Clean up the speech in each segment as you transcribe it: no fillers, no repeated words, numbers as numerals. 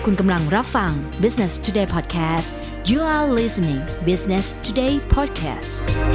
คุณกำลังรับฟัง Business Today Podcast You are listening Business Today Podcast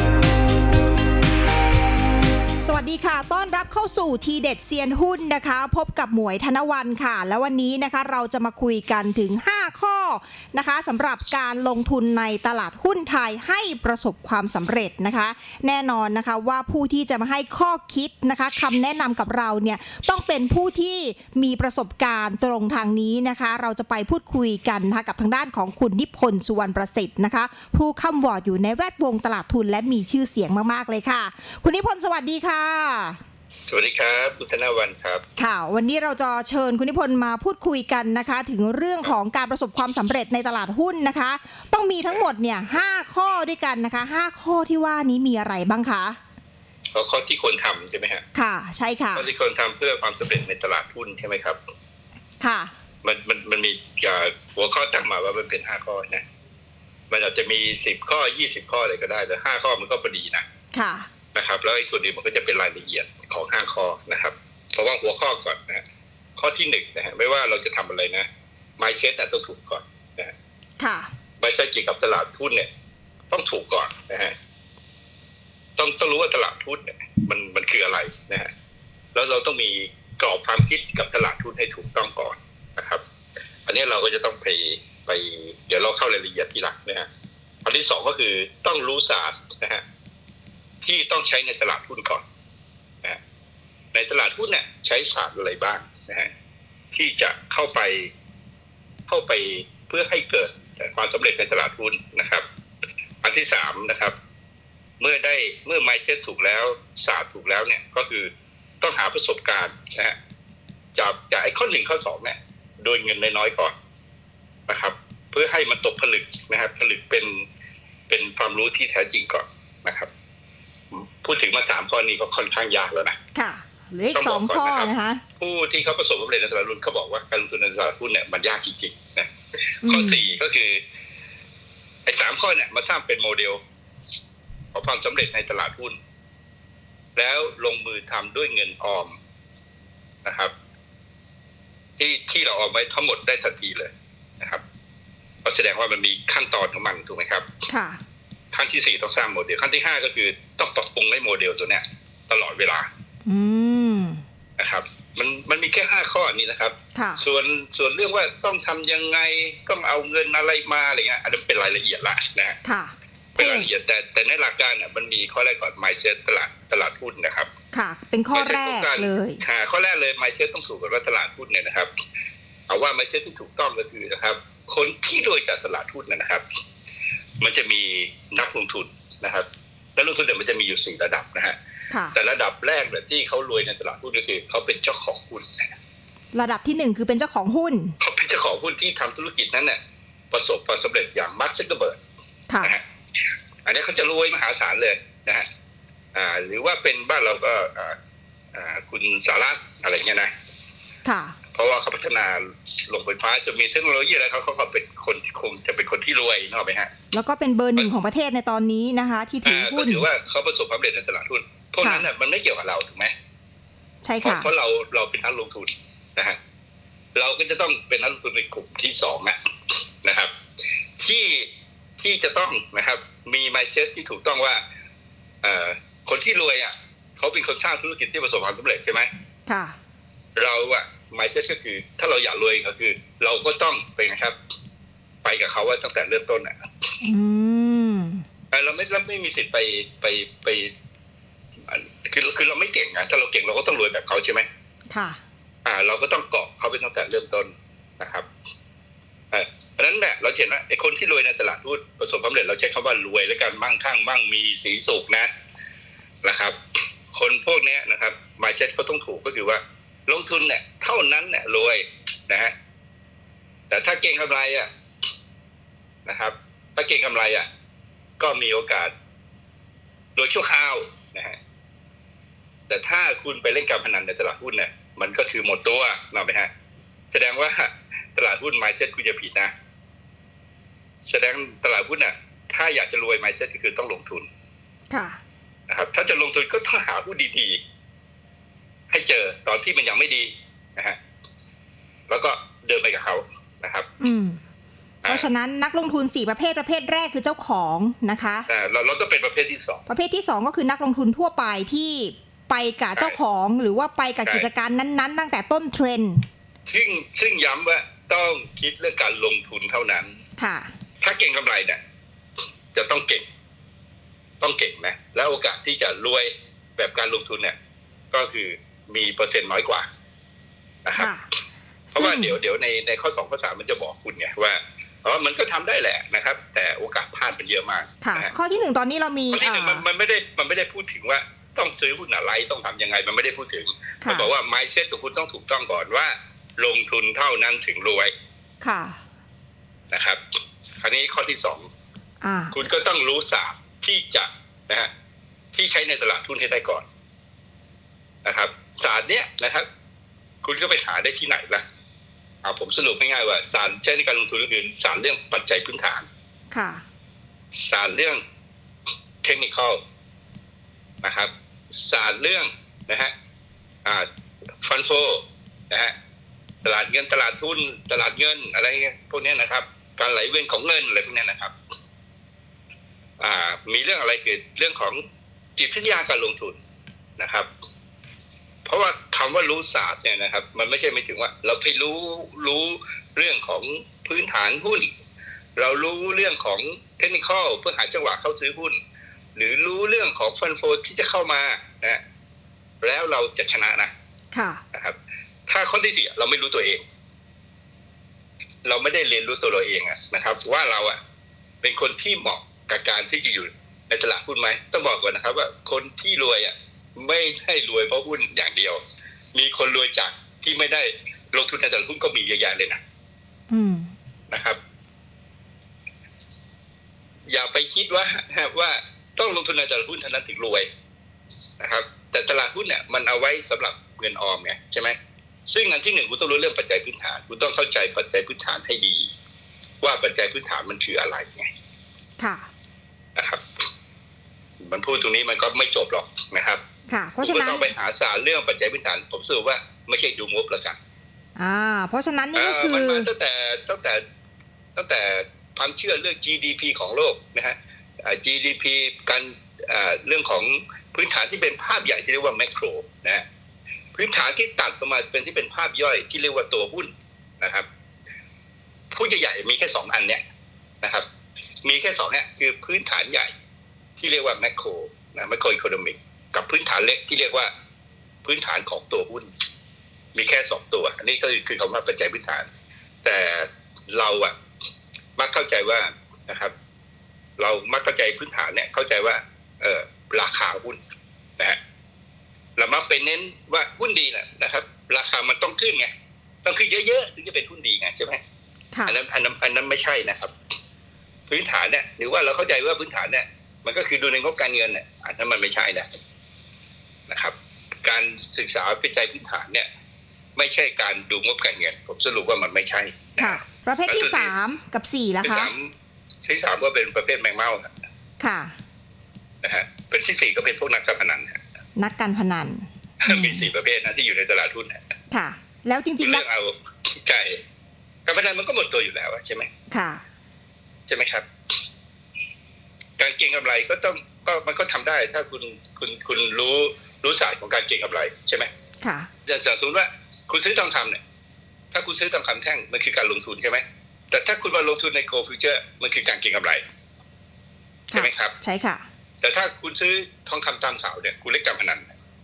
สวัสดีค่ะต้อนรับเข้าสู่ทีเด็ดเซียนหุ้นนะคะพบกับหมวยธนวรรณค่ะแล้ววันนี้นะคะเราจะมาคุยกันถึง5ข้อนะคะสำหรับการลงทุนในตลาดหุ้นไทยให้ประสบความสำเร็จนะคะแน่นอนนะคะว่าผู้ที่จะมาให้ข้อคิดนะคะคำแนะนำกับเราเนี่ยต้องเป็นผู้ที่มีประสบการณ์ตรงทางนี้นะคะเราจะไปพูดคุยกันนะคะกับทางด้านของคุณนิพนธ์สุวรรณประสิทธิ์นะคะผู้ค้ำวอร์ดอยู่ในแวดวงตลาดทุนและมีชื่อเสียงมากๆเลยค่ะคุณนิพนธ์สวัสดีค่ะสวัสดีครับคุณธนวรรณครับค่ะวันนี้เราจะเชิญคุณนิพนธ์มาพูดคุยกันนะคะถึงเรื่องของการประสบความสำเร็จในตลาดหุ้นนะคะต้องมีทั้งหมดเนี่ย5ข้อด้วยกันนะคะ5ข้อที่ว่านี้มีอะไรบ้างคะข้อที่ควรทำใช่ไหมฮะค่ะใช่ค่ะข้อที่ควรทำเพื่อความสำเร็จในตลาดหุ้นใช่ไหมครับค่ะมันมีหัวข้อตั้งมาว่ามันเป็น5ข้อนะมันอาจจะมี10ข้อ20ข้ออะไรก็ได้แต่5ข้อมันก็พอดีนะค่ะนะครับแล้วอีกส่วนนึงมันก็จะเป็นรายละเอียดของ5ข้อนะครับเพราะว่าหัวข้อก่อนนะข้อที่1นะฮะไม่ว่าเราจะทำอะไรนะ mindset ต้องถูกก่อนนะฮะค่ะ mindset เกี่ยวกับตลาดหุ้นเนี่ยต้องถูกก่อนนะฮะต้องรู้ว่าตลาดหุ้นเนี่ยมันคืออะไรนะฮะแล้วเราต้องมีกรอบความคิดกับตลาดหุ้นให้ถูกต้องก่อนนะครับอันนี้เราก็จะต้องไปเดี๋ยวเราเข้ารายละเอียดทีหลังนะฮะอันที่2ก็คือต้องรู้ศาสตร์นะฮะที่ต้องใช้ในตลาดหุ้นก่อนนะในตลาดหุ้นเนี่ยใช้ศาสตร์อะไรบ้างนะฮะที่จะเข้าไปเพื่อให้เกิดความสำเร็จในตลาดหุ้นนะครับอันที่3นะครับเมื่อ mindset ถูกแล้วศาสตร์ถูกแล้วเนี่ยก็คือต้องหาประสบการณ์นะฮะจากไอ้ข้อ1ข้อ2เนี่ยโดยเงินน้อยๆก่อนนะครับเพื่อให้มันตกผลึกนะครับผลึกเป็นความรู้ที่แท้จริงก่อนนะครับพูดถึงมา3ข้อนี้ก็ค่อนข้างยากแล้วนะค่ะเหลืออีก2ข้อนะคะผู้ที่เขาประสบความสำเร็จในตลาดหุ้นเขาบอกว่าการลงทุนในตลาดหุ้นเนี่ยมันยากจริงๆนะข้อ4ก็คือไอ้3ข้อเนี่ยมาสร้างเป็นโมเดลของความสำเร็จในตลาดหุ้นแล้วลงมือทำด้วยเงินออมนะครับที่เราออมไว้ทั้งหมดได้ทันทีเลยนะครับก็แสดงว่ามันมีขั้นตอนของมันถูกไหมครับค่ะขั้นที่4ต้องสร้างโมเดลขั้นที่5ก็คือต้องปรับปรุงในโมเดลตัวเนี้ยตลอดเวลานะครับมันมีแค่5ข้อนี้นะครับส่วนเรื่องว่าต้องทำยังไงต้องเอาเงินอะไรมาอะไรเงี้ยอันนั้นเป็นรายละเอียดละนะเป็นรายละเอียดแต่ในหลักการเนี่ยมันมีข้อแรกก่อน mindset ตลาดหุ้นนะครับค่ะเป็นข้อแรกเลยข้อแรกเลย mindset ต้องถูกกับว่าตลาดหุ้นเนี่ยนะครับเอาว่า mindset ที่ถูกต้องก็คือนะครับคนที่รวยจากตลาดหุ้นนะครับมันจะมีนักลงทุนนะครับนักลงทุนเนี่ยมันจะมีอยู่4ระดับนะฮะแต่ระดับแรกเนี่ยที่เขารวยในตลาดหุ้นก็คือเขาเป็นเจ้าของหุ้นระดับที่1คือเป็นเจ้าของหุ้นเขาเป็นเจ้าของหุ้นที่ทำธุรกิจนั้นเนี่ยประสบความสำเร็จอย่างมาร์ค ซักเคอร์เบิร์กนะฮะอันนี้เขาจะรวยมหาศาลเลยนะฮะหรือว่าเป็นบ้านเราก็คุณสารัตน์อะไรเงี้ยนะค่ะเพราะว่าเขาพัฒนาลงไฟฟ้าจะมีเทคโนโลยีอะไรเขาก็เป็นคนคงจะเป็นคนที่รวยเนาะไหมฮะแล้วก็เป็นเบอร์1ของประเทศในตอนนี้นะคะที่ถือหุ้นก็ถือว่าเขาประสบความสำเร็จในตลาดหุ้นพวกนั้นน่ะมันไม่เกี่ยวกับเราถูกไหมใช่ค่ะเพราะเราเป็นนักลงทุนนะฮะเราก็จะต้องเป็นนักลงทุนในกลุ่มที่2นะครับที่จะต้องนะครับมี mindset ที่ถูกต้องว่าคนที่รวยอ่ะเขาเป็นคนสร้างธุรกิจที่ประสบความสำเร็จใช่ไหมค่ะเราอ่ะ mindset ก็คือถ้าเราอยากรวยก็คือเราก็ต้องเป็นนะครับไปกับเขาว่าตั้งแต่เริ่มต้นอ่ะเราไม่มีสิทธิ์ไปคือเราไม่เก่งอ่ะถ้าเราเก่งเราก็ต้องรวยแบบเขาใช่ไหมค่ะเราก็ต้องเกาะเขาไปตั้งแต่เริ่มต้นนะครับเพราะฉะนั้นเนี่ยเราเห็นว่าไอ้คนที่รวยในตลาดหุ้นประสบความสำเร็จเราใช้คำว่ารวยและการมั่งคั่งมั่งมีสีสุขนะครับคนพวกนี้นะครับ mindset เขาต้องถูกก็คือว่าลงทุนเนี่ยเท่านั้นเนี่ยรวยนะฮะแต่ถ้าเก็งกำไรอ่ะนะครับถ้าเก็งกำไรอ่ะก็มีโอกาสรวยชั่วคราวนะฮะแต่ถ้าคุณไปเล่นการพนันในตลาดหุ้นเนี่ยมันก็คือหมดตัวนะไหมฮะแสดงว่าตลาดหุ้น mindset คุณจะผิดนะแสดงตลาดหุ้นน่ะถ้าอยากจะรวย mindset ก็คือต้องลงทุนค่ะนะครับถ้าจะลงทุนก็ต้องหาหุ้นดีๆให้เจอตอนที่มันยังไม่ดีนะฮะแล้วก็เดินไปกับเขานะครับเพราะฉะนั้นนักลงทุน4ประเภทแรกคือเจ้าของนะคะเราต้องเป็นประเภทที่2 ประเภทที่2ก็คือนักลงทุนทั่วไปที่ไปกับเจ้าของหรือว่าไปกับกิจการนั้นๆตั้งแต่ต้นเทรนด์ซึ่งย้ำว่าต้องคิดเรื่องการลงทุนเท่านั้นค่ะถ้าเก่งกำไรเนี่ยจะต้องเก่งนะแล้วโอกาสที่จะรวยแบบการลงทุนเนี่ยก็คือมีเปอร์เซ็นต์น้อยกว่านะครับเพราะว่าเดี๋ยวในข้อ2ข้อ3มันจะบอกคุณไงว่ามันก็ทำได้แหละนะครับแต่โอกาสพลาดมันเยอะมากค่ะข้อที่1ตอนนี้เรามีข้อที่1มันไม่ได้พูดถึงว่าต้องซื้อหุ้นอะไรต้องทำยังไงมันไม่ได้พูดถึงมันบอกว่า mindset ของคุณต้องถูกต้องก่อนว่าลงทุนเท่านั้นถึงรวยค่ะนะครับคราวนี้ข้อที่2คุณก็ต้องรู้ศาสตร์ที่จะนะฮะที่ใช้ในตลาดหุ้นให้ได้ก่อนนะครับศาสตร์เนี้ยนะครับคุณก็ไปหาได้ที่ไหนล่ะผมสรุปง่ายๆว่าศาสตร์ใช้ในการลงทุนก็คือศาสตร์เรื่องปัจจัยพื้นฐานค่ะศาสตร์เรื่องเทคนิคอลนะครับศาสตร์เรื่องนะฮะฟันโฟนะฮะตลาดเงินตลาดทุนตลาดเงินอะไรเงี้ยพวกนี้นะครับการไหลเวียนของเงินอะไรพวกนี้นะครับมีเรื่องอะไรเกิดเรื่องของจิตวิทยาการลงทุนนะครับเพราะว่าคำว่ารู้ศาสตร์เนี่ยนะครับมันไม่ใช่หมายถึงว่าเราไปรู้เรื่องของพื้นฐานหุ้นเรารู้เรื่องของเทคนิคอลเพื่อหาจังหวะเข้าซื้อหุ้นหรือรู้เรื่องของฟันโฟที่จะเข้ามานะแล้วเราจะชนะนะครับถ้าข้อที่4เราไม่รู้ตัวเองเราไม่ได้เรียนรู้ตัวเราเองนะครับว่าเราเป็นคนที่เหมาะกับการที่จะอยู่ในตลาดหุ้นไหมต้องบอกก่อนนะครับว่าคนที่รวยไม่ได้รวยเพราะหุ้นอย่างเดียวมีคนรวยจากที่ไม่ได้ลงทุนในตลาดหุ้นก็มีเยอะแยะเลยนะครับอย่าไปคิดว่าต้องลงทุนในตลาดหุ้นเท่านั้นถึงรวยนะครับแต่ตลาดหุ้นเนี่ยมันเอาไว้สำหรับเงินออมไงใช่ไหมซึ่งอันที่1คุณต้องรู้เรื่องปัจจัยพื้นฐานคุณต้องเข้าใจปัจจัยพื้นฐานให้ดีว่าปัจจัยพื้นฐานมันคืออะไรไงค่ะนะครับมันพูดตรงนี้มันก็ไม่จบหรอกนะครับค่ะเพราะฉะนั้นต้องไปหาศาสตร์เรื่องปัจจัยพื้นฐานผมสรุปว่าไม่ใช่ดูงบแล้วกันเพราะฉะนั้นนี่ก็คือมันมาตั้งแต่ความเชื่อเรื่อง GDP ของโลกนะฮะGDP การเรื่องของพื้นฐานที่เป็นภาพใหญ่ที่เรียกว่าแมคโครนะพื้นฐานที่ตัดออกมาเป็นที่เป็นภาพย่อยที่เรียกว่าตัวหุ้นนะครับผู้ใหญ่ๆมีแค่2อันเนี้ยนะครับมีแค่2เนี่ยคือพื้นฐานใหญ่ที่เรียกว่าแมคโครนะแมคโครอีโคโนมิกกับพื้นฐานเล็กที่เรียกว่าพื้นฐานของตัวหุ้นมีแค่2ตัวอันนี้ก็คือคำว่าปัจจัยพื้นฐานแต่เรามักเข้าใจว่านะครับเรามักเข้าใจพื้นฐานเนี่ยเข้าใจว่าราคาหุ้นนะฮะเรามักไปเน้นว่าหุ้นดีนะครับราคามันต้องขึ้นไงต้องขึ้นเยอะๆถึงจะเป็นหุ้นดีไงใช่ไหมอันนั้นไม่ใช่นะครับพื้นฐานเนี่ยหรือว่าเราเข้าใจว่าพื้นฐานเนี่ยมันก็คือดูในงบการเงินเนี่ยอันนั้นมันไม่ใช่นะครับการศึกษาปัจจัยพื้นฐานเนี่ยไม่ใช่การดูงบการเงินผมสรุปว่ามันไม่ใช่ค่ะประเภทที่3กับ4ล่ะคะที่3ก็เป็นประเภทแมงเม่าค่ะนะฮะเป็นที่4ก็เป็นพวกนักการพนันนักการพนันมี4ประเภทนะที่อยู่ในตลาดหุ้นค่ะแล้วจริงๆเรื่องเอาใจการพนันมันก็หมดตัวอยู่แล้วใช่ไหมค่ะใช่ไหมครับการเก็งกำไรก็มันก็ทำได้ถ้าคุณรู้ศาสตร์ของการเก็งกำไรใช่ไหมค่ะอย่างสมมติว่าคุณซื้อทองคำเนี่ยถ้าคุณซื้อทองคำแท่งมันคือการลงทุนใช่ไหมแต่ถ้าคุณมาลงทุนในโกลด์ฟิวเจอร์มันคือการเก็งกำไรใช่ไหมครับใช่ค่ะแต่ถ้าคุณซื้อทองคำตามข่าวเนี่ยคุณเล่นการพนัน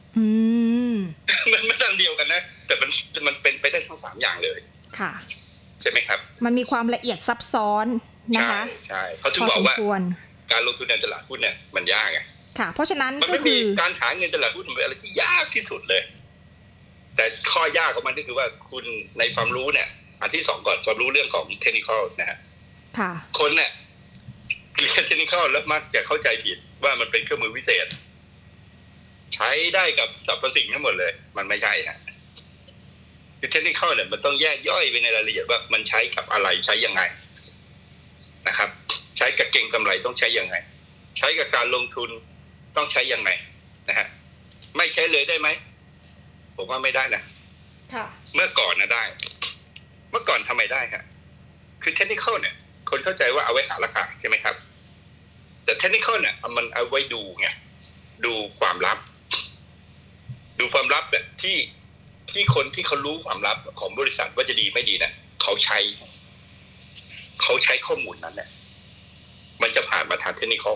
มันไม่ต่างเดียวกันนะแต่มันเป็นไปได้ทั้ง3อย่างเลยค่ะใช่ไหมครับมันมีความละเอียดซับซ้อนนะคะใช่เขาถึงบอกว่าการลงทุนในตลาดหุ้นเนี่ยมันยากไงค่ะเพราะฉะนั้นก็คือการหาเงินตลาดหุ้นเป็นอะไรที่ยากที่สุดเลยแต่ข้อยากของมันก็คือว่าคุณในความรู้เนี่ยอันที่2ก่อนความรู้เรื่องของเทคนิคอลนะฮะค่ะคนเนี่ยเรียนเทคนิคอลแล้วมักจะเข้าใจผิดว่ามันเป็นเครื่องมือวิเศษใช้ได้กับสรรพสิ่งทั้งหมดเลยมันไม่ใช่ฮะคือเทคนิคอลเนี่ยมันต้องแยกย่อยไปในรายละเอียดว่ามันใช้กับอะไรใช้ยังไงนะครับใช้กับเก็งกำไรต้องใช้ยังไงใช้กับการลงทุนต้องใช้ยังไงนะฮะไม่ใช้เลยได้ไหมผมว่าไม่ได้นะค่ะเมื่อก่อนนะได้เมื่อก่อนทำไมได้ครับคือเทคนิคเนี่ยคนเข้าใจว่าเอาไว้หาราคาใช่ไหมครับแต่เทคนิคเนี่ยมันเอาไว้ดูไงดูความลับแบบที่คนที่เขารู้ความลับของบริษัทว่าจะดีไม่ดีนะเขาใช้ข้อมูลนั้นเนี่ยมันจะผ่านมาทางเทคนิค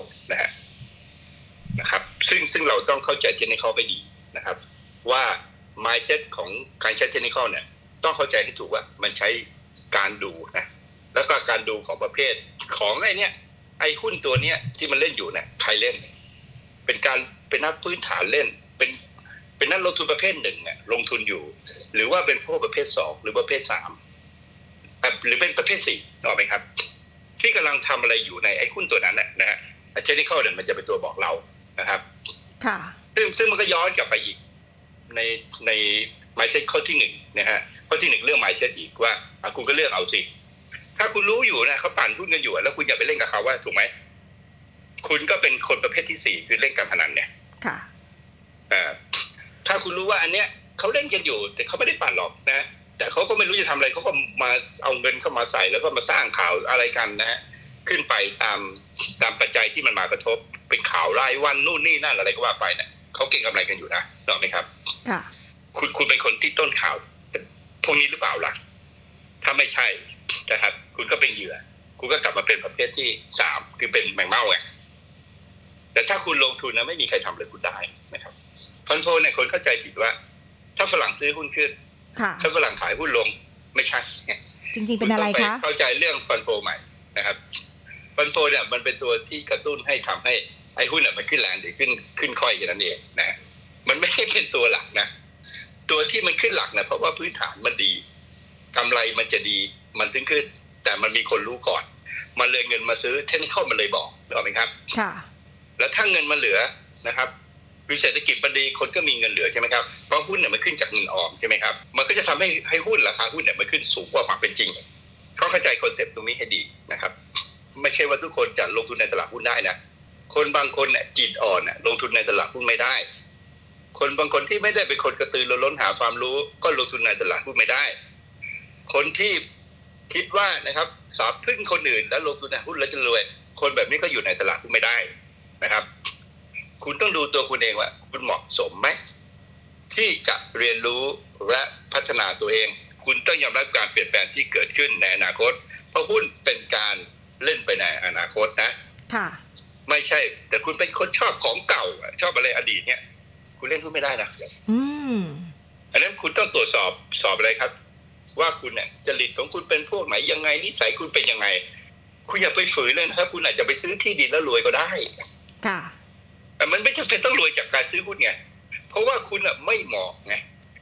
นะครับซึ่งเราต้องเข้าใจเทคนิคไปดีนะครับว่า mindset ของการใช้เทคนิคเนี่ยต้องเข้าใจให้ถูกว่ามันใช้การดูนะแล้วก็การดูของประเภทของไอ้หุ้นตัวเนี้ยที่มันเล่นอยู่เนี่ยใครเล่นเป็นนักพื้นฐานเล่นเป็นนักลงทุนประเภท1เนี่ยลงทุนอยู่หรือว่าเป็นพวกประเภท2หรือประเภท3หรือเป็นประเภท4ถูกไหมครับที่กำลังทำอะไรอยู่ในไอ้หุ้นตัวนั้นนะฮะเทคนิคเนี่ยมันจะเป็นตัวบอกเรานะครับค่ะซึ่งมันก็ย้อนกลับไปอีกใน mindset ข้อที่1นะฮะข้อที่1เรื่อง mindset อีกว่าคุณก็เลือกเอาสิถ้าคุณรู้อยู่นะเขาปั่นหุ้นกันอยู่แล้วคุณอย่าไปเล่นกับเขาว่าถูกไหมคุณก็เป็นคนประเภทที่4คือเล่นการพนันเนี่ยค่ะถ้าคุณรู้ว่าอันเนี้ยเขาเล่นกันอยู่แต่เขาไม่ได้ปั่นหรอกนะแต่เขาก็ไม่รู้จะทำอะไรเขาก็มาเอาเงินเข้ามาใส่แล้วก็มาสร้างข่าวอะไรกันนะฮะขึ้นไปตามปัจจัยที่มันมากระทบเป็นข่าวรายวันนู่นนี่นั่นอะไรก็ว่าไปเนี่ยเขาเก็งกำไรกันอยู่นะถูกไหมครับค่ะคุณเป็นคนที่ต้นข่าวพวกนี้หรือเปล่าล่ะถ้าไม่ใช่นะครับคุณก็เป็นเหยื่อคุณก็กลับมาเป็นประเภทที่3คือเป็นแมงเม่าไงแต่ถ้าคุณลงทุนนะไม่มีใครทำเลยคุณได้นะครับฟันโฟเนี่ยคนเข้าใจผิดว่าถ้าฝรั่งซื้อหุ้นขึ้นถ้าฝรั่งขายหุ้นลงไม่ใช่จริงๆเป็นอะไรคะเข้าใจเรื่องฟันโฟใหม่นะครับฟันโฟเนี่ยมันเป็นตัวที่กระตุ้นให้ทำให้ไอ้หุ้นมันขึ้นแรงหรือขึ้นค่อยกันนั่นเองนะมันไม่ใช่เป็นตัวหลักนะตัวที่มันขึ้นหลักนะเพราะว่าพื้นฐานมันดีกำไรมันจะดีมันถึงขึ้นแต่มันมีคนรู้ก่อนมันเลยเงินมาซื้อเทคนิคมันเลยบอกถูกไหมครับค่ะแล้วถ้าเงินมันเหลือนะครับเศรษฐกิจมันดีคนก็มีเงินเหลือใช่ไหมครับเพราะหุ้นเนี่ยมันขึ้นจากเงินออมใช่ไหมครับมันก็จะทำให้หุ้นราคาหุ้นเนี่ยมันขึ้นสูงกว่าความเป็นจริงเขาเข้าใจคอนเซ็ปต์ตรงนี้ให้ดีนะครับไม่ใช่ว่าทุกคนจะลงทุนในตลาดหุ้นได้นะคนบางคนเนี่ยจิตอ่อนลงทุนในตลาดหุ้นไม่ได้คนบางคนที่ไม่ได้เป็นคนกระตือรือร้นหาความรู้ก็ลงทุนในตลาดหุ้นไม่ได้คนที่คิดว่านะครับสอบพึ่งคนอื่นแล้วลงทุนในหุ้นแล้วจะรวยคนแบบนี้ก็อยู่ในตลาดหุ้นไม่ได้นะครับคุณต้องดูตัวคุณเองว่าคุณเหมาะสมไหมที่จะเรียนรู้และพัฒนาตัวเองคุณต้องยอมรับการเปลี่ยนแปลงที่เกิดขึ้นในอนาคตเพราะหุ้นเป็นการเล่นไปในอนาคตนะค่ะไม่ใช่แต่คุณเป็นคนชอบของเก่าชอบอะไรอดีตเนี่ยคุณเล่นหุ้นไม่ได้นะอันนั้นคุณต้องตรวจสอบอะไรครับว่าคุณเนี่ยจริตของคุณเป็นพวกไหนยังไงนิสัยคุณเป็นยังไงคุณอย่าไปฝืนเลยนะครับคุณอาจจะไปซื้อที่ดินแล้วรวยก็ได้ค่ะแต่มันไม่จำเป็นต้องรวยจากการซื้อหุ้นไงเพราะว่าคุณไม่เหมาะไง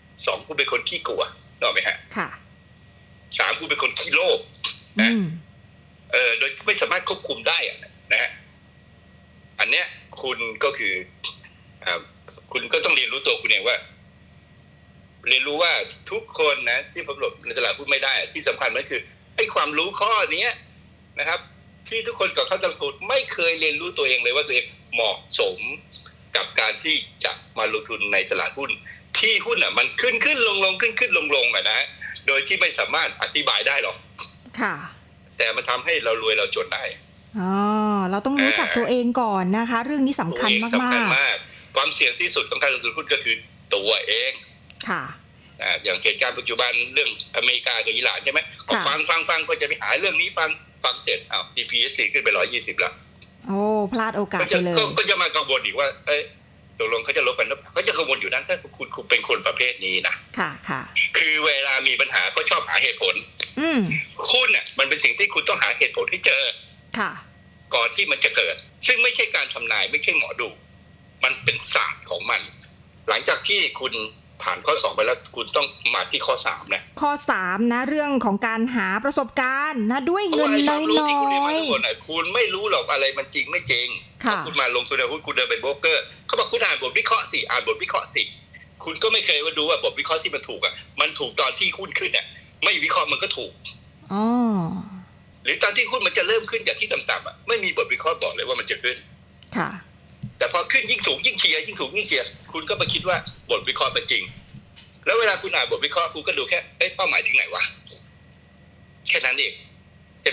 2คุณเป็นคนขี้กลัวถูกไหมฮะค่ะ 3คุณเป็นคนขี้โลภนะโดยไม่สามารถควบคุมได้นะฮะอันเนี้ยคุณก็คือคุณก็ต้องเรียนรู้ตัวคุณเองว่าเรียนรู้ว่าทุกคนนะที่ประสบในตลาดหุ้นไม่ได้ที่สำคัญมันคือไอ้ความรู้ข้อนี้นะครับที่ทุกคนก่อนเข้าตลาดหุ้นไม่เคยเรียนรู้ตัวเองเลยว่าตัวเองเหมาะสมกับการที่จะมาลงทุนในตลาดหุ้นที่หุ้นมันขึ้นลงขึ้นลงนะโดยที่ไม่สามารถอธิบายได้หรอกค่ะแต่มันทำให้เรารวยเราจนได้เราต้องรู้จักตัวเองก่อนนะคะเรื่องนี้สำคัญมากๆความเสี่ยงที่สุดของการลงทุนหุ้นก็คือตัวเองค่ะอย่างเหตุการณ์ปัจจุบันเรื่องอเมริกากับอิหร่านใช่ไหมฟังก็จะไปหาเรื่องนี้ฟังเสร็จTPS ขึ้นไป120แล้วโอ้พลาดโอกาสไปเลยก็จะมากังวลอีกว่าตกลงเขาจะลบกันแล้วเขาจะกังวลอยู่นั้นถ้าคุณเป็นคนประเภทนี้นะค่ะคือเวลามีปัญหาเขาชอบหาเหตุผลหุ้นเนี่ยมันเป็นสิ่งที่คุณต้องหาเหตุผลให้เจอค่ะก่อนที่มันจะเกิดซึ่งไม่ใช่การทำนายไม่ใช่หมอดูมันเป็นศาสตร์ของมันหลังจากที่คุณผ่านข้อ2ไปแล้วคุณต้องมาที่ข้อ3นะข้อ3นะเรื่องของการหาประสบการณ์นะด้วยเงินน้อยๆคุณไม่รู้หรอกอะไรมันจริงไม่จริงถ้าคุณมาลงทุนในหุ้นคุณเดินเป็นโบรกเกอร์เขาบอกคุณอ่านบทวิเคราะห์สิคุณก็ไม่เคยว่าดูว่าบทวิเคราะห์ที่มันถูกมันถูกตอนที่หุ้นขึ้นไม่วิเคราะห์มันก็ถูกหรือตอนที่หุ้นมันจะเริ่มขึ้นจากที่ต่ำๆไม่มีบทวิเคราะห์บอกเลยว่ามันจะขึ้นค่ะแต่พอขึ้นยิ่งสูงยิ่งเชียร์คุณก็มาคิดว่าบทวิเคราะห์เป็นจริงแล้วเวลาคุณอ่านบทวิเคราะห์คุณก็ดูแค่เป้าหมายถึงไหนวะแค่นั้นเอง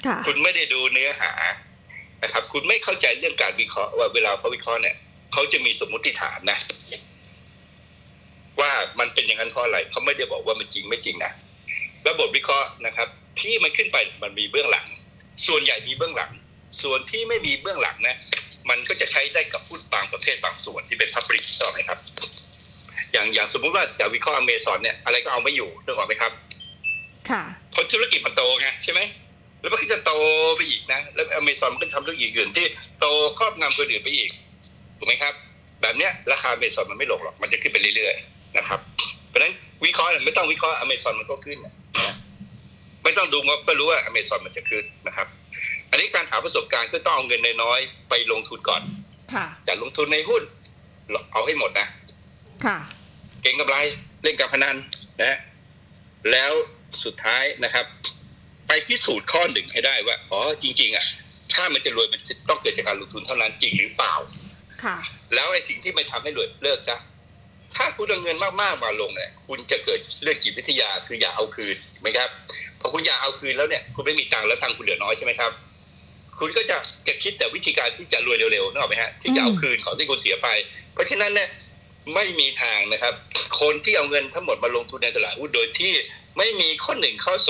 คุณไม่ได้ดูเนื้อหานะครับคุณไม่เข้าใจเรื่องการวิเคราะห์ว่าเวลาเขาวิเคราะห์เนี่ยเขาจะมีสมมติฐานนะว่ามันเป็นอย่างนั้นเพราะอะไรเขาไม่ได้บอกว่ามันจริงไม่จริงนะแล้วบทวิเคราะห์นะครับที่มันขึ้นไปมันมีเบื้องหลังส่วนใหญ่มีเบื้องหลังส่วนที่ไม่มีเบื้องหลังนะมันก็จะใช้ได้กับหุ้นบางประเภทบางส่วนที่เป็น public ต่อไหมครับอย่างสมมุติว่าจะวิเคราะห์ Amazon เนี่ยอะไรก็เอาไม่อยู่นึกออกไหมครับค่ะเพราะธุรกิจมันโตไงใช่ไหมแล้วมันก็จะโตไปอีกนะแล้ว Amazon มันก็ทำธุรกิจอื่นที่โตครอบงำคนอื่นไปอีกถูกไหมครับแบบเนี้ยราคา Amazon มันไม่ลงหรอกมันจะขึ้นไปเรื่อยๆนะครับเพราะฉะนั้นวิเคราะห์ไม่ต้องวิเคราะห์ Amazon มันก็ขึ้นนะไม่ต้องดูงบก็รู้ว่า Amazon มันจะขึ้นนะครับอันนี้การหาประสบการณ์ก็ต้องเอาเงินน้อยๆไปลงทุนก่อนจะลงทุนในหุ้นเอาให้หมดนะค่ะเก็งกำไรเล่นการพนันนะแล้วสุดท้ายนะครับไปพิสูจน์ข้อหนึ่งให้ได้ว่าอ๋อจริงๆอ่ะถ้ามันจะรวยมันจะต้องเกิดจากการลงทุนเท่านั้นจริงหรือเปล่าค่ะแล้วไอ้สิ่งที่ไม่ทำให้รวยเลิกซะถ้าคุณเอาเงินมากๆมาลงเนี่ยคุณจะเกิดเรื่องจิตวิทยาคืออย่าเอาคืนไหมครับพอคุณอยากเอาคืนแล้วเนี่ยคุณไม่มีตังค์แล้วตังค์คุณเหลือน้อยใช่ไหมครับคุณก็จะคิดแต่วิธีการที่จะรวยเร็วๆนึกออกไหมฮะที่จะเอาคืนของที่คุณเสียไปเพราะฉะนั้นเนี่ยไม่มีทางนะครับคนที่เอาเงินทั้งหมดมาลงทุนในตลาดหุ้นโดยที่ไม่มีข้อ1ข้อ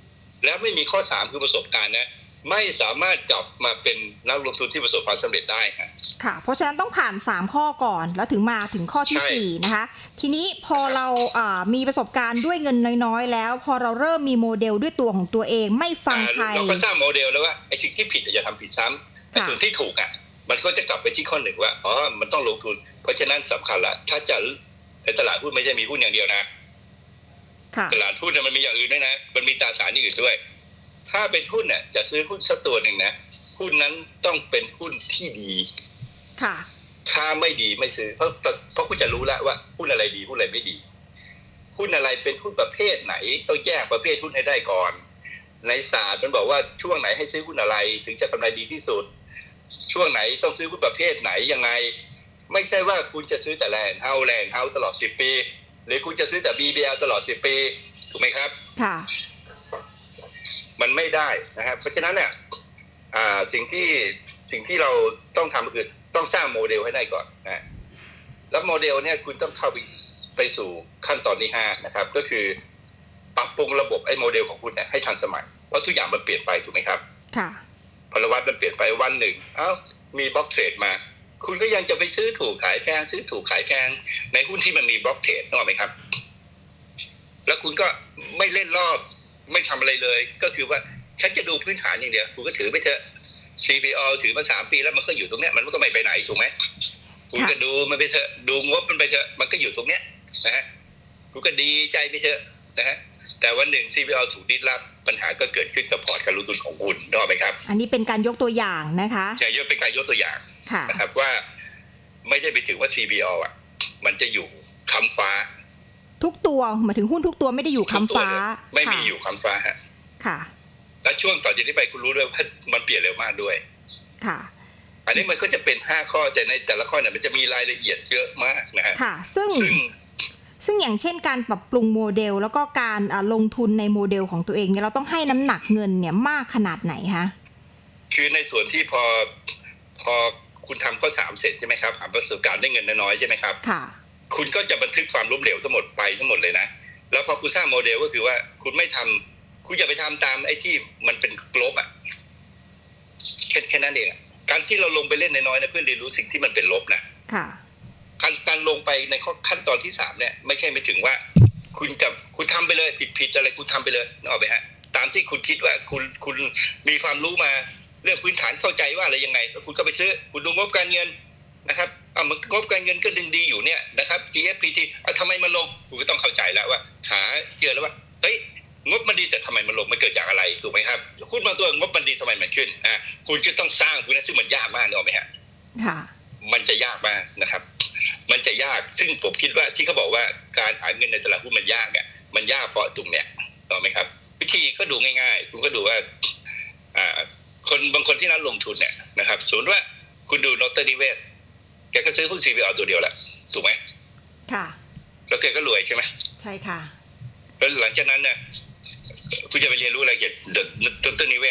2แล้วไม่มีข้อ3คือประสบการณ์นะไม่สามารถจับมาเป็นนักลงทุนที่ประสบความสำเร็จได้ค่ะเพราะฉะนั้นต้องผ่าน3ข้อก่อนแล้วถึงมาถึงข้อที่4นะคะทีนี้พอเรามีประสบการณ์ด้วยเงินน้อยๆแล้วพอเราเริ่มมีโมเดลด้วยตัวของตัวเองไม่ฟังใครเราก็สร้างโมเดลแล้วว่าไอ้สิ่งที่ผิดอย่าทำผิดซ้ำไอ้ส่วนที่ถูกมันก็จะกลับไปที่ข้อ1ว่าอ๋อมันต้องลงทุนเพราะฉะนั้นสำคัญละถ้าจะในตลาดหุ้นไม่ใช่มีหุ้นอย่างเดียวนะตลาดหุ้นมันมีอย่างอื่นด้วยนะมันมีตราสารอื่นด้วยถ้าเป็นหุ้นเนี่ยจะซื้อหุ้นสักตัวหนึ่งนะหุ้นนั้นต้องเป็นหุ้นที่ดีค่ะถ้าไม่ดีไม่ซื้อเพราะคุณจะรู้แล้วว่าหุ้นอะไรดีหุ้นอะไรไม่ดีหุ้นอะไรเป็นหุ้นประเภทไหนต้องแยกประเภทหุ้นให้ได้ก่อนในศาสตร์มันบอกว่าช่วงไหนให้ซื้อหุ้นอะไรถึงจะกำไรดีที่สุดช่วงไหนต้องซื้อหุ้นประเภทไหนยังไงไม่ใช่ว่าคุณจะซื้อแต่แลนด์เฮาตลอด10ปีหรือคุณจะซื้อแต่ BBL ตลอด10ปีถูกไหมครับค่ะมันไม่ได้นะครับเพราะฉะนั้นเนี่ยสิ่งที่เราต้องทำก็คือต้องสร้างโมเดลให้ได้ก่อนนะแล้วโมเดลเนี่ยคุณต้องเข้าไปสู่ขั้นตอนที่5นะครับก็คือปรับปรุงระบบไอ้โมเดลของคุณเนี่ยให้ทันสมัยเพราะทุกอย่างมันเปลี่ยนไปถูกไหมครับค่ะพลวัตมันเปลี่ยนไปวันหนึ่งมีบล็อกเทรดมาคุณก็ยังจะไปซื้อถูกขายแพงซื้อถูกขายแพงในหุ้นที่มันมีบล็อกเทรดนึกออกไหมครับแล้วคุณก็ไม่เล่นรอบไม่ทำอะไรเลยก็คือว่าฉันจะดูพื้นฐานอย่างเดียวคุณก็ถือไปเถอะ CPO ถือมา3ปีแล้วมันก็อยู่ตรงเนี้ยมันก็ไม่ไปไหนถูกไหมคุณก็ดูมันไปเถอะดูงบมันไปเถอะมันก็อยู่ตรงเนี้ยนะฮะคุณก็ดีใจไปเถอะนะฮะแต่วันหนึ่ง CPO ถูกดิสรับปัญหาก็เกิดขึ้นกับพอร์ตการลงทุนของคุณนึกออกไหมครับอันนี้เป็นการยกตัวอย่างนะคะใช่เป็นการยกตัวอย่างนะครับว่าไม่ได้ไปถึงว่า CPO มันจะอยู่ค้ำฟ้าทุกตัวหมายถึงหุ้นทุกตัวไม่ได้อยู่ค้ำฟ้าไม่มีอยู่ค้ำฟ้าฮะค่ะแล้วช่วงต่อจากนี้ไปคุณรู้ด้วยว่ามันเปลี่ยนเร็วมากด้วยค่ะอันนี้มันก็จะเป็น5ข้อแต่ในแต่ละข้อเนี่ยมันจะมีรายละเอียดเยอะมากนะฮะค่ะซึ่งอย่างเช่นการปรับปรุงโมเดลแล้วก็การลงทุนในโมเดลของตัวเองเนี่ยเราต้องให้น้ำหนักเงินเนี่ยมากขนาดไหนคะคือในส่วนที่พอคุณทำข้อ3เสร็จใช่ไหมครับหาประสบการณ์ได้เงินน้อยใช่ไหมครับค่ะคุณก็จะบันทึกความล้มเหลวทั้งหมดไปทั้งหมดเลยนะแล้วพอคุณสร้างโมเดลก็คือว่าคุณไม่ทำคุณอย่าไปทำตามไอ้ที่มันเป็นกลบแค่นั้นเองการที่เราลงไปเล่นน้อยๆนะเพื่อเรียนรู้สิ่งที่มันเป็นลบนะค่ะการลงไปในขั้นตอนที่3เนี่ยไม่ใช่ไปถึงว่าคุณทำไปเลยผิดอะไรคุณทำไปเลยนึกออกไหมฮะตามที่คุณคิดว่าคุณมีความรู้มาเรื่องพื้นฐานเข้าใจว่าอะไรยังไงแล้วคุณก็ไปซื้อคุณดูงบการเงินนะครับมันงบการเงินก็ดึงดีอยู่เนี่ยนะครับ GFPT ทำไมมันลงคุณก็ต้องเข้าใจแล้วว่าหาเจอแล้วว่าเฮ้ยงบมันดีแต่ทำไมมันลงมันเกิดจากอะไรถูกไหมครับคุณบางตัวงบมันดีทำไมมันขึ้นคุณก็ต้องสร้างคุณนะซึ่งมันยากมากนึกออกไหมฮะค่ะมันจะยากมากนะครับมันจะยากซึ่งผมคิดว่าที่เขาบอกว่าการหาเงินในตลาดหุ้นมันยากเนี่ยมันยากเพราะตรงเนี้ยถูกไหมครับวิธีก็ดูง่ายๆคุณก็ดูว่าคนบางคนที่นักลงทุนเนี่ยนะครับสมมติว่าคุณดูดร.นิเวศแกก็ซื้อหุ้น CPO ตัวเดียวแหละถูกไหมค่ะแล้วแกก็รวยใช่ไหมใช่ค่ะแล้วหลังจากนั้นเนี่ยคุณจะไปเรียนรู้อะไรเกี่ยวกับดร.นิเวศล่ะ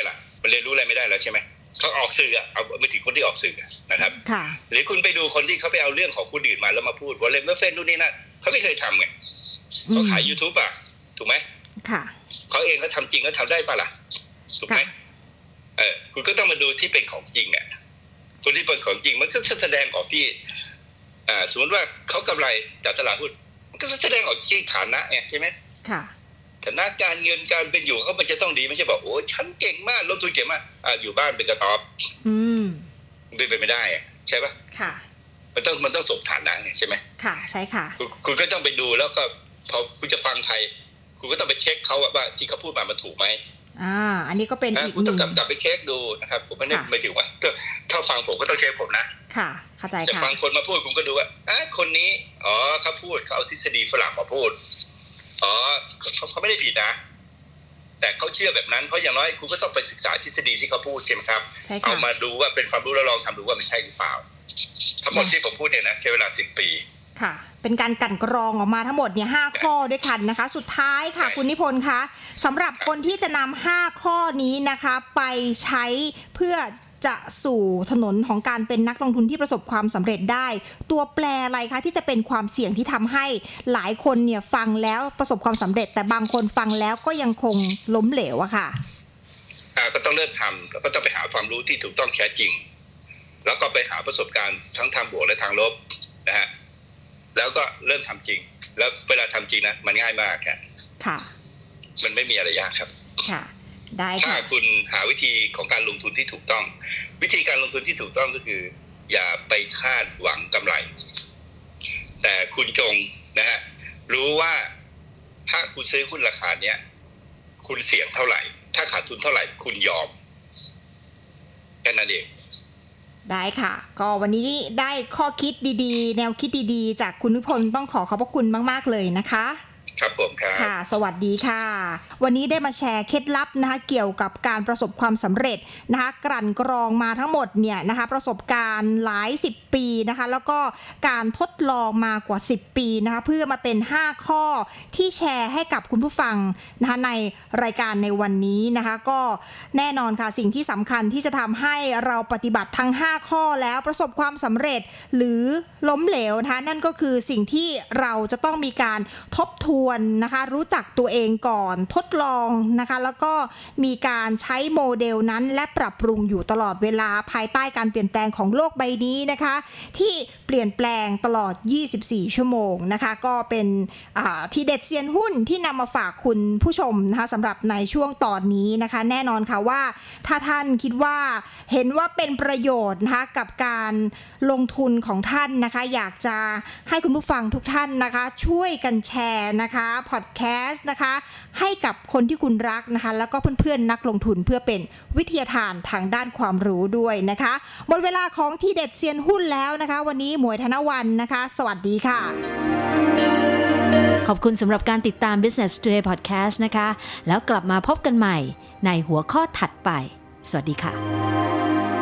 มันเรียนรู้อะไรไม่ได้แล้วใช่ไหมเขาออกสื่อเอาไม่ถึงคนที่ออกสื่อนะครับหรือคุณไปดูคนที่เขาไปเอาเรื่องของคนอื่นมาแล้วมาพูดว่าเลมเบอร์เฟนนู่นนี่นั่นเขาไม่เคยทำไงเขาขาย YouTube อ่ะถูกไหมค่ะเขาเองก็ทำจริงก็ทำได้ป่ะล่ะถูกไหมคุณก็ต้องมาดูที่เป็นของจริงอ่ะคนที่เป็นของจริงมันก็แสดงออกที่สมมติว่าเขากำไรจากตลาดหุ้นมันก็แสดงออกที่ฐานะไงใช่ไหมค่ะฐานะการเงินการเป็นอยู่เขามันจะต้องดีไม่ใช่บอกโอ้ฉันเก่งมากลงทุนเก่งมากอยู่บ้านเป็นกระต๊อบเป็นไปไม่ได้ใช่ปะค่ะมันต้องสมฐานะใช่ไหมค่ะใช่ค่ะคุณก็ต้องไปดูแล้วก็พอคุณจะฟังใครคุณก็ต้องไปเช็คเขาว่าที่เขาพูดมามันถูกไหมอันนี้ก็เป็นอีกคุณต้องกลับไปเช็คดูนะครับผมไม่ถึงว่าถ้าฟังผมก็ต้องเช็คผมนะค่ะเข้าใจค่ะจะฟังคนมาพูดคุณก็ดูว่าคนนี้เขาพูดเขาเอาทฤษฎีฝรั่งมาพูดเขาไม่ได้ผิดนะแต่เขาเชื่อแบบนั้นเพราะอย่างน้อยคุณก็ต้องไปศึกษาทฤษฎีที่เขาพูดใช่ไหมครับเอามาดูว่าเป็นความรู้แล้วลองทำดูว่ามันใช่หรือเปล่าทั้งหมดที่ผมพูดเนี่ยนะใช้เวลา10 ปีค่ะเป็นการกลั่นกรองออกมาทั้งหมดเนี่ย5ข้อด้วยกันนะคะสุดท้ายค่ะคุณนิพนธ์คะสำหรับคนที่จะนำ5ข้อนี้นะคะไปใช้เพื่อจะสู่ถนนของการเป็นนักลงทุนที่ประสบความสำเร็จได้ตัวแปรอะไรคะที่จะเป็นความเสี่ยงที่ทำให้หลายคนเนี่ยฟังแล้วประสบความสำเร็จแต่บางคนฟังแล้วก็ยังคงล้มเหลวอะค่ะก็ต้องเริ่มทำแล้วก็ต้องไปหาความรู้ที่ถูกต้องแท้จริงแล้วก็ไปหาประสบการณ์ทั้งทางบวกและทางลบนะฮะแล้วก็เริ่มทำจริงแล้วเวลาทำจริงนะมันง่ายมากค่ะมันไม่มีอะไรยากครับค่ะได้ถ้าคุณหาวิธีของการลงทุนที่ถูกต้องวิธีการลงทุนที่ถูกต้องก็คืออย่าไปคาดหวังกำไรแต่คุณจงนะฮะรู้ว่าถ้าคุณซื้อหุ้นราคาเนี้ยคุณเสี่ยงเท่าไหร่ถ้าขาดทุนเท่าไหร่คุณยอมแค่นั้นเองได้ค่ะก็วันนี้ได้ข้อคิดดีๆแนวคิดดีๆจากคุณนิพนธ์ต้องขอบพระคุณมากๆเลยนะคะครับผมครับค่ะสวัสดีค่ะวันนี้ได้มาแชร์เคล็ดลับนะคะเกี่ยวกับการประสบความสำเร็จนะคะกลั่นกรองมาทั้งหมดเนี่ยนะคะประสบการณ์หลาย10 ปีนะคะแล้วก็การทดลองมากว่า10 ปีนะคะเพื่อมาเป็น5ข้อที่แชร์ให้กับคุณผู้ฟังนะคะในรายการในวันนี้นะคะก็แน่นอนค่ะสิ่งที่สำคัญที่จะทำให้เราปฏิบัติทั้ง5ข้อแล้วประสบความสำเร็จหรือล้มเหลวนะคะนั่นก็คือสิ่งที่เราจะต้องมีการทบทวนนะคะรู้จักตัวเองก่อนทดลองนะคะแล้วก็มีการใช้โมเดลนั้นและปรับปรุงอยู่ตลอดเวลาภายใต้การเปลี่ยนแปลงของโลกใบนี้นะคะที่เปลี่ยนแปลงตลอด24 ชั่วโมงนะคะก็เป็นทีเด็ดเซียนหุ้นที่นำมาฝากคุณผู้ชมนะคะสำหรับในช่วงตอนนี้นะคะแน่นอนค่ะว่าถ้าท่านคิดว่าเห็นว่าเป็นประโยชน์นะคะกับการลงทุนของท่านนะคะอยากจะให้คุณผู้ฟังทุกท่านนะคะช่วยกันแชร์นะคะพอดแคสต์นะคะให้กับคนที่คุณรักนะคะแล้วก็เพื่อนๆนักลงทุนเพื่อเป็นวิทยาทานทางด้านความรู้ด้วยนะคะหมดเวลาของทีเด็ดเซียนหุ้นแล้วนะคะวันนี้หมวยธนวรรณนะคะสวัสดีค่ะขอบคุณสำหรับการติดตาม Business Today Podcast นะคะแล้วกลับมาพบกันใหม่ในหัวข้อถัดไปสวัสดีค่ะ